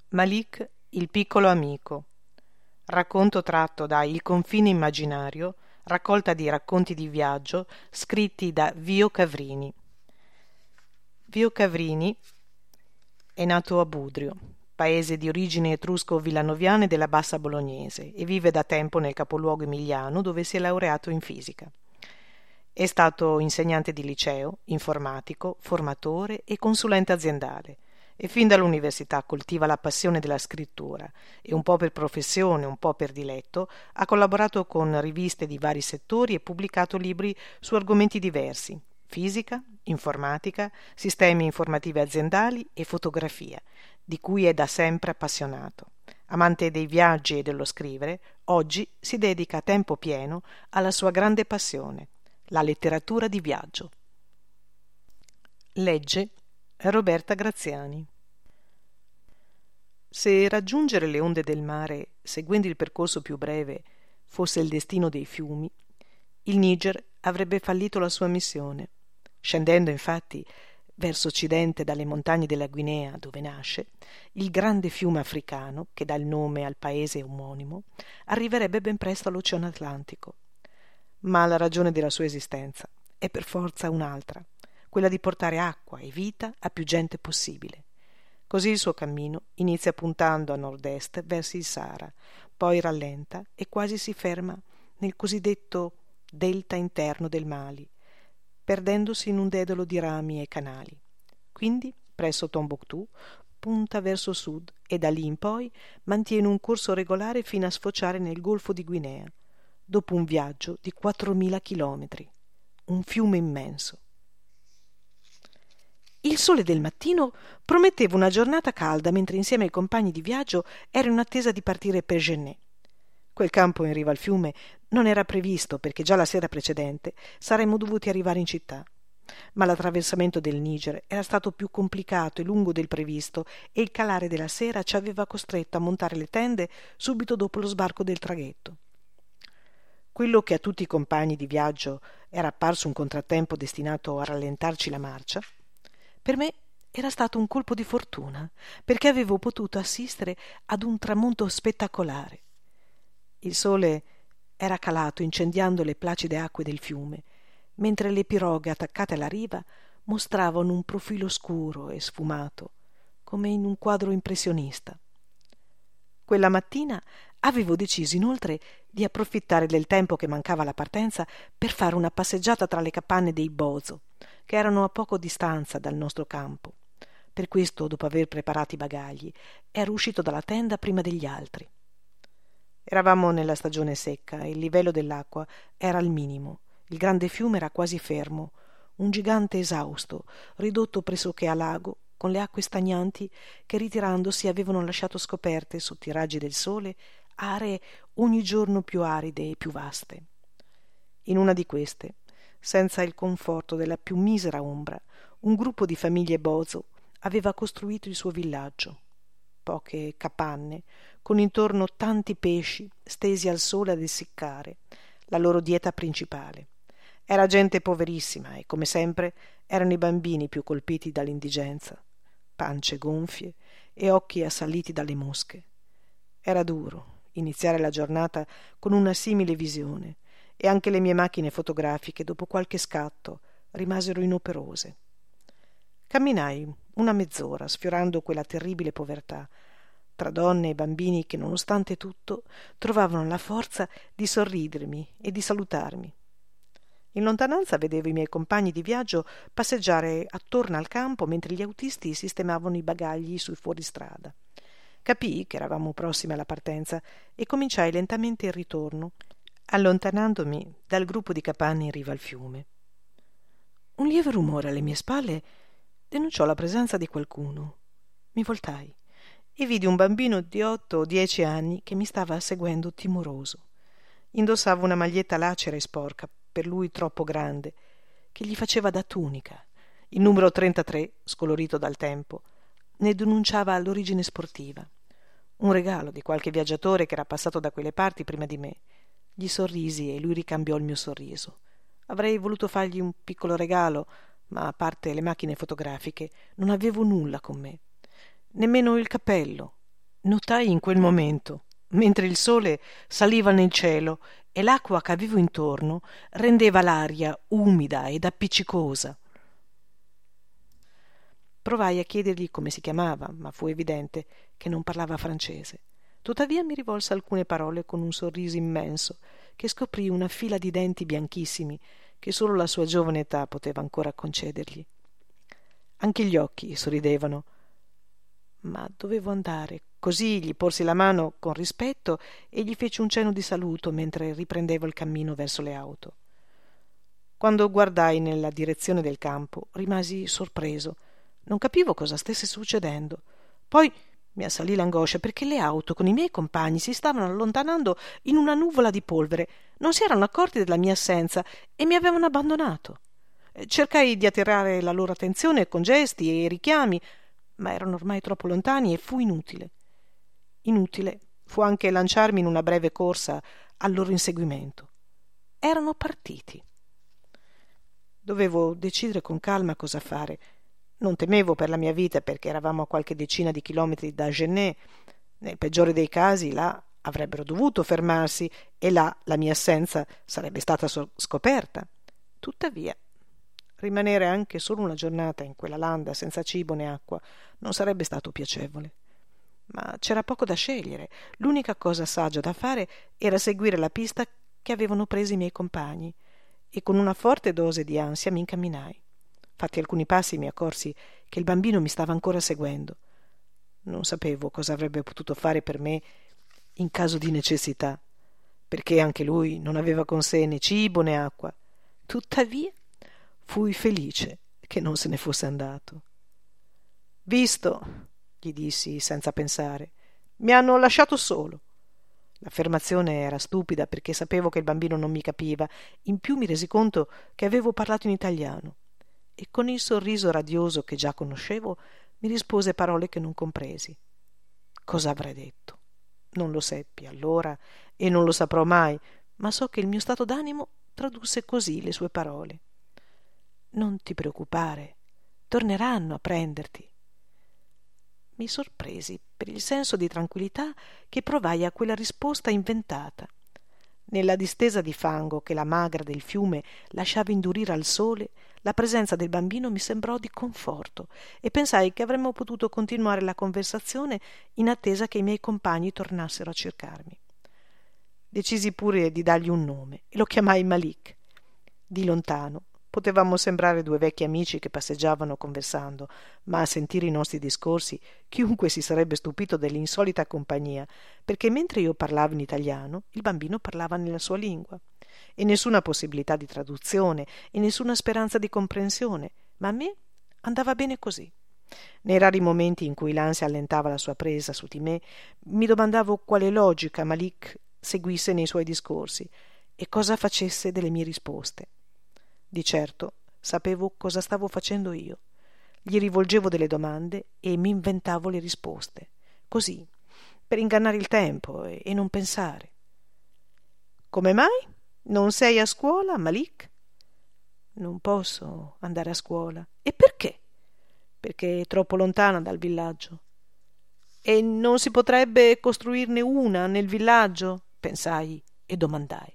Malik, il piccolo amico. Racconto tratto da Il confine immaginario, raccolta di racconti di viaggio scritti da Vio Cavrini. Vio Cavrini è nato a Budrio, paese di origini etrusco-villanoviane della Bassa Bolognese, e vive da tempo nel capoluogo emiliano, dove si è laureato in fisica. È stato insegnante di liceo, informatico, formatore e consulente aziendale, e fin dall'università coltiva la passione della scrittura e, un po' per professione, un po' per diletto, ha collaborato con riviste di vari settori e pubblicato libri su argomenti diversi: fisica, informatica, sistemi informativi aziendali e fotografia, di cui è da sempre appassionato. Amante dei viaggi e dello scrivere, oggi si dedica a tempo pieno alla sua grande passione, la letteratura di viaggio. Legge Roberta Graziani. Se raggiungere le onde del mare, seguendo il percorso più breve, fosse il destino dei fiumi, il Niger avrebbe fallito la sua missione. Scendendo, infatti, verso occidente dalle montagne della Guinea, dove nasce, il grande fiume africano, che dà il nome al paese omonimo, arriverebbe ben presto all'Oceano Atlantico. Ma la ragione della sua esistenza è per forza un'altra, quella di portare acqua e vita a più gente possibile. Così il suo cammino inizia puntando a nord-est verso il Sahara, poi rallenta e quasi si ferma nel cosiddetto delta interno del Mali, perdendosi in un dedalo di rami e canali. Quindi, presso Tombouctou, punta verso sud e da lì in poi mantiene un corso regolare fino a sfociare nel Golfo di Guinea, dopo un viaggio di 4.000 chilometri, un fiume immenso. Il sole del mattino prometteva una giornata calda, mentre insieme ai compagni di viaggio ero in attesa di partire per Genet. Quel campo in riva al fiume non era previsto, perché già la sera precedente saremmo dovuti arrivare in città. Ma l'attraversamento del Niger era stato più complicato e lungo del previsto, e il calare della sera ci aveva costretto a montare le tende subito dopo lo sbarco del traghetto. Quello che a tutti i compagni di viaggio era apparso un contrattempo destinato a rallentarci la marcia, per me era stato un colpo di fortuna, perché avevo potuto assistere ad un tramonto spettacolare. Il sole era calato incendiando le placide acque del fiume, mentre le piroghe attaccate alla riva mostravano un profilo scuro e sfumato, come in un quadro impressionista. Quella mattina avevo deciso inoltre di approfittare del tempo che mancava alla partenza per fare una passeggiata tra le capanne dei Bozo, che erano a poco distanza dal nostro campo. Per questo, dopo aver preparato i bagagli, ero uscito dalla tenda prima degli altri. Eravamo nella stagione secca e il livello dell'acqua era al minimo. Il grande fiume era quasi fermo, un gigante esausto, ridotto pressoché a lago, con le acque stagnanti che, ritirandosi, avevano lasciato scoperte, sotto i raggi del sole, aree ogni giorno più aride e più vaste. In una di queste, senza il conforto della più misera ombra, un gruppo di famiglie Bozo aveva costruito il suo villaggio. Poche capanne, con intorno tanti pesci stesi al sole ad essiccare, la loro dieta principale. Era gente poverissima e, come sempre, erano i bambini più colpiti dall'indigenza, pance gonfie e occhi assaliti dalle mosche. Era duro iniziare la giornata con una simile visione, e anche le mie macchine fotografiche, dopo qualche scatto, rimasero inoperose. Camminai una mezz'ora sfiorando quella terribile povertà, tra donne e bambini che, nonostante tutto, trovavano la forza di sorridermi e di salutarmi. In lontananza vedevo i miei compagni di viaggio passeggiare attorno al campo mentre gli autisti sistemavano i bagagli sui fuoristrada. Capii che eravamo prossimi alla partenza e cominciai lentamente il ritorno, allontanandomi dal gruppo di capanne in riva al fiume. Un lieve rumore alle mie spalle denunciò la presenza di qualcuno. Mi voltai e vidi un bambino di 8 o 10 anni che mi stava seguendo timoroso. Indossava una maglietta lacera e sporca, per lui troppo grande, che gli faceva da tunica. Il numero 33, scolorito dal tempo, ne denunciava l'origine sportiva. Un regalo di qualche viaggiatore che era passato da quelle parti prima di me. Gli sorrisi e lui ricambiò il mio sorriso. Avrei voluto fargli un piccolo regalo, ma a parte le macchine fotografiche non avevo nulla con me, nemmeno il cappello. Notai in quel momento, mentre il sole saliva nel cielo e l'acqua che avevo intorno rendeva l'aria umida ed appiccicosa. Provai a chiedergli come si chiamava, ma fu evidente che non parlava francese. Tuttavia mi rivolse alcune parole con un sorriso immenso che scoprì una fila di denti bianchissimi che solo la sua giovane età poteva ancora concedergli. Anche gli occhi sorridevano. Ma dovevo andare. Così gli porsi la mano con rispetto e gli feci un cenno di saluto mentre riprendevo il cammino verso le auto. Quando guardai nella direzione del campo rimasi sorpreso. Non capivo cosa stesse succedendo. Poi mi assalì l'angoscia perché le auto con i miei compagni si stavano allontanando in una nuvola di polvere. Non si erano accorti della mia assenza e mi avevano abbandonato. Cercai di attirare la loro attenzione con gesti e richiami, ma erano ormai troppo lontani e fu inutile. Inutile fu anche lanciarmi in una breve corsa al loro inseguimento. Erano partiti. Dovevo decidere con calma cosa fare. Non temevo per la mia vita perché eravamo a qualche decina di chilometri da Genève. Nel peggiore dei casi là avrebbero dovuto fermarsi e là la mia assenza sarebbe stata scoperta. Tuttavia, rimanere anche solo una giornata in quella landa senza cibo né acqua non sarebbe stato piacevole. Ma c'era poco da scegliere. L'unica cosa saggia da fare era seguire la pista che avevano preso i miei compagni e con una forte dose di ansia mi incamminai. Fatti alcuni passi mi accorsi che il bambino mi stava ancora seguendo. Non sapevo cosa avrebbe potuto fare per me in caso di necessità, perché anche lui non aveva con sé né cibo né acqua. Tuttavia fui felice che non se ne fosse andato. Visto, gli dissi senza pensare, mi hanno lasciato solo. L'affermazione era stupida perché sapevo che il bambino non mi capiva, in più mi resi conto che avevo parlato in italiano e con il sorriso radioso che già conoscevo mi rispose parole che non compresi. Cosa avrei detto? Non lo seppi allora e non lo saprò mai, ma so che il mio stato d'animo tradusse così le sue parole. Non ti preoccupare, torneranno a prenderti. Mi sorpresi per il senso di tranquillità che provai a quella risposta inventata. Nella distesa di fango che la magra del fiume lasciava indurire al sole, la presenza del bambino mi sembrò di conforto e pensai che avremmo potuto continuare la conversazione in attesa che i miei compagni tornassero a cercarmi. Decisi pure di dargli un nome e lo chiamai Malik. Di lontano potevamo sembrare due vecchi amici che passeggiavano conversando, ma a sentire i nostri discorsi chiunque si sarebbe stupito dell'insolita compagnia, perché mentre io parlavo in italiano, il bambino parlava nella sua lingua, e nessuna possibilità di traduzione e nessuna speranza di comprensione, ma a me andava bene così. Nei rari momenti in cui l'ansia allentava la sua presa su di me, mi domandavo quale logica Malik seguisse nei suoi discorsi e cosa facesse delle mie risposte. Di certo sapevo cosa stavo facendo io. Gli rivolgevo delle domande e mi inventavo le risposte, così, per ingannare il tempo e non pensare. Come mai? Non sei a scuola, Malik? Non posso andare a scuola. E perché? Perché è troppo lontana dal villaggio. E non si potrebbe costruirne una nel villaggio? Pensai e domandai.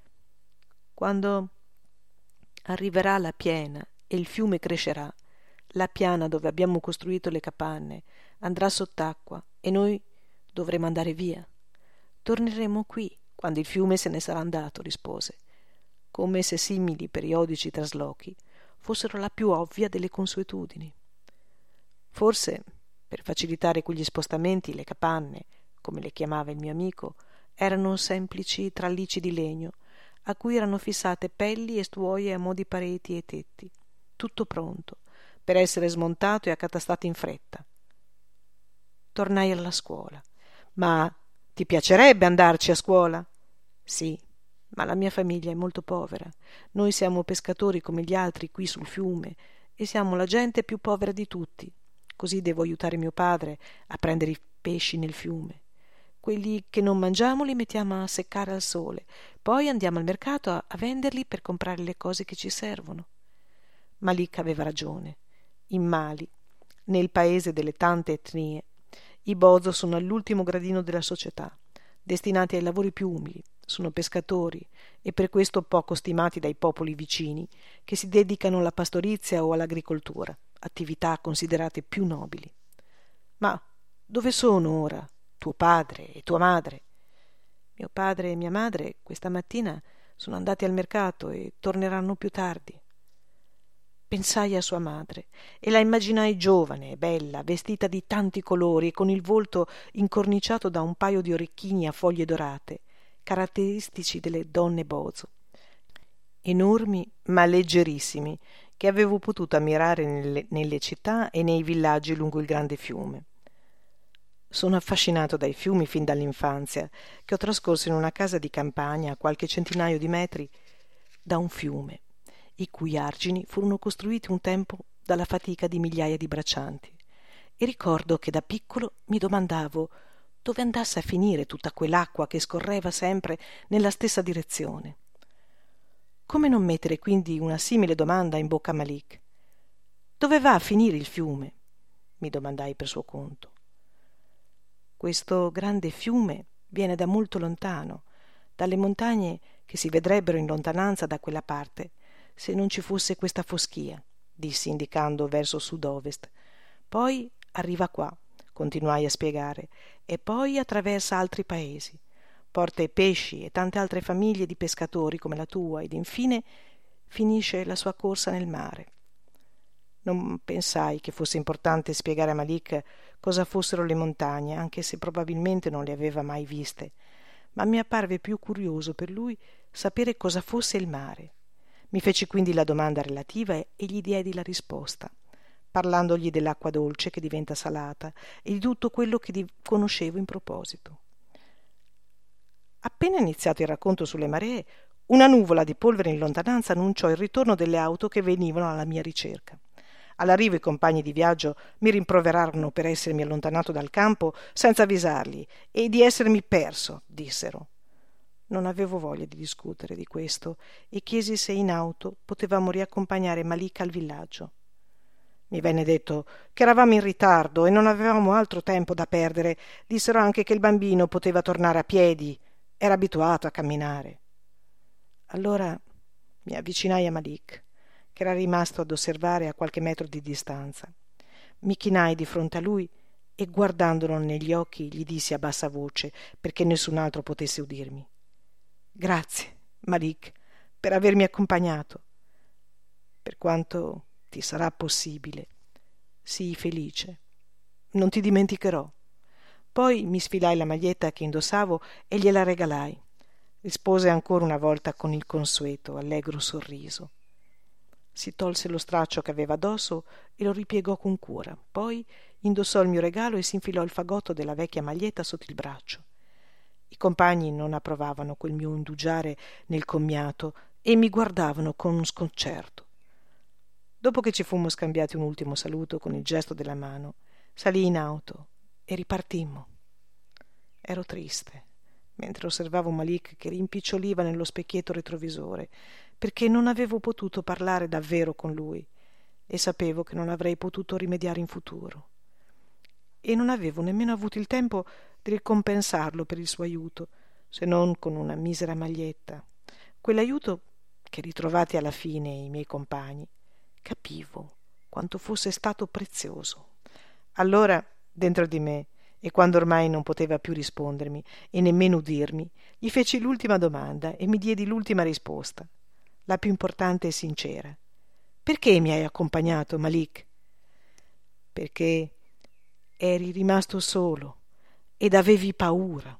Quando arriverà la piena e il fiume crescerà, la piana dove abbiamo costruito le capanne andrà sott'acqua e noi dovremo andare via. Torneremo qui quando il fiume se ne sarà andato, rispose, come se simili periodici traslochi fossero la più ovvia delle consuetudini. Forse, per facilitare quegli spostamenti, le capanne, come le chiamava il mio amico, erano semplici tralicci di legno a cui erano fissate pelli e stuoie a mo' di pareti e tetti, tutto pronto per essere smontato e accatastato in fretta. Tornai alla scuola. Ma ti piacerebbe andarci a scuola? Sì, ma la mia famiglia è molto povera. Noi siamo pescatori come gli altri qui sul fiume e siamo la gente più povera di tutti. Così devo aiutare mio padre a prendere i pesci nel fiume. Quelli che non mangiamo li mettiamo a seccare al sole, poi andiamo al mercato a venderli per comprare le cose che ci servono. Malik aveva ragione. In Mali, nel paese delle tante etnie, I Bozo sono all'ultimo gradino della società, destinati ai lavori più umili, sono pescatori e per questo poco stimati dai popoli vicini che si dedicano alla pastorizia o all'agricoltura, attività considerate più nobili. Ma dove sono ora tuo padre e tua madre? Mio padre e mia madre questa mattina sono andati al mercato e torneranno più tardi. Pensai a sua madre e la immaginai giovane, bella, vestita di tanti colori e con il volto incorniciato da un paio di orecchini a foglie dorate, caratteristici delle donne Bozo, enormi ma leggerissimi, che avevo potuto ammirare nelle città e nei villaggi lungo il grande fiume. Sono affascinato dai fiumi fin dall'infanzia, che ho trascorso in una casa di campagna a qualche centinaio di metri da un fiume, i cui argini furono costruiti un tempo dalla fatica di migliaia di braccianti, e ricordo che da piccolo mi domandavo dove andasse a finire tutta quell'acqua che scorreva sempre nella stessa direzione. Come non mettere quindi una simile domanda in bocca a Malik? Dove va a finire il fiume? Mi domandai per suo conto. Questo grande fiume viene da molto lontano, dalle montagne che si vedrebbero in lontananza da quella parte, se non ci fosse questa foschia, dissi indicando verso sud-ovest. Poi arriva qua, continuai a spiegare, e poi attraversa altri paesi, porta i pesci e tante altre famiglie di pescatori come la tua, ed infine finisce la sua corsa nel mare. Non pensai che fosse importante spiegare a Malik cosa fossero le montagne, anche se probabilmente non le aveva mai viste, ma mi apparve più curioso per lui sapere cosa fosse il mare. Mi feci quindi la domanda relativa e gli diedi la risposta, parlandogli dell'acqua dolce che diventa salata e di tutto quello che conoscevo in proposito. Appena iniziato il racconto sulle maree, una nuvola di polvere in lontananza annunciò il ritorno delle auto che venivano alla mia ricerca. All'arrivo i compagni di viaggio mi rimproverarono per essermi allontanato dal campo senza avvisarli e di essermi perso, dissero. Non avevo voglia di discutere di questo e chiesi se in auto potevamo riaccompagnare Malik al villaggio. Mi venne detto che eravamo in ritardo e non avevamo altro tempo da perdere. Dissero anche che il bambino poteva tornare a piedi, era abituato a camminare. Allora mi avvicinai a Malik, che era rimasto ad osservare a qualche metro di distanza. Mi chinai di fronte a lui e guardandolo negli occhi gli dissi a bassa voce, perché nessun altro potesse udirmi: «Grazie, Malik, per avermi accompagnato. Per quanto ti sarà possibile, sii felice. Non ti dimenticherò». Poi mi sfilai la maglietta che indossavo e gliela regalai. Rispose ancora una volta con il consueto, allegro sorriso. Si tolse lo straccio che aveva addosso e lo ripiegò con cura. Poi indossò il mio regalo e si infilò il fagotto della vecchia maglietta sotto il braccio. I compagni non approvavano quel mio indugiare nel commiato e mi guardavano con sconcerto. Dopo che ci fummo scambiati un ultimo saluto con il gesto della mano, salii in auto e ripartimmo. Ero triste mentre osservavo Malik che rimpiccioliva nello specchietto retrovisore, perché non avevo potuto parlare davvero con lui e sapevo che non avrei potuto rimediare in futuro. E non avevo nemmeno avuto il tempo di ricompensarlo per il suo aiuto, se non con una misera maglietta. Quell'aiuto che, ritrovati alla fine i miei compagni, capivo quanto fosse stato prezioso. Allora, dentro di me, e quando ormai non poteva più rispondermi e nemmeno udirmi, gli feci l'ultima domanda e mi diedi l'ultima risposta, la più importante e sincera. «Perché mi hai accompagnato, Malik?» «Perché eri rimasto solo ed avevi paura».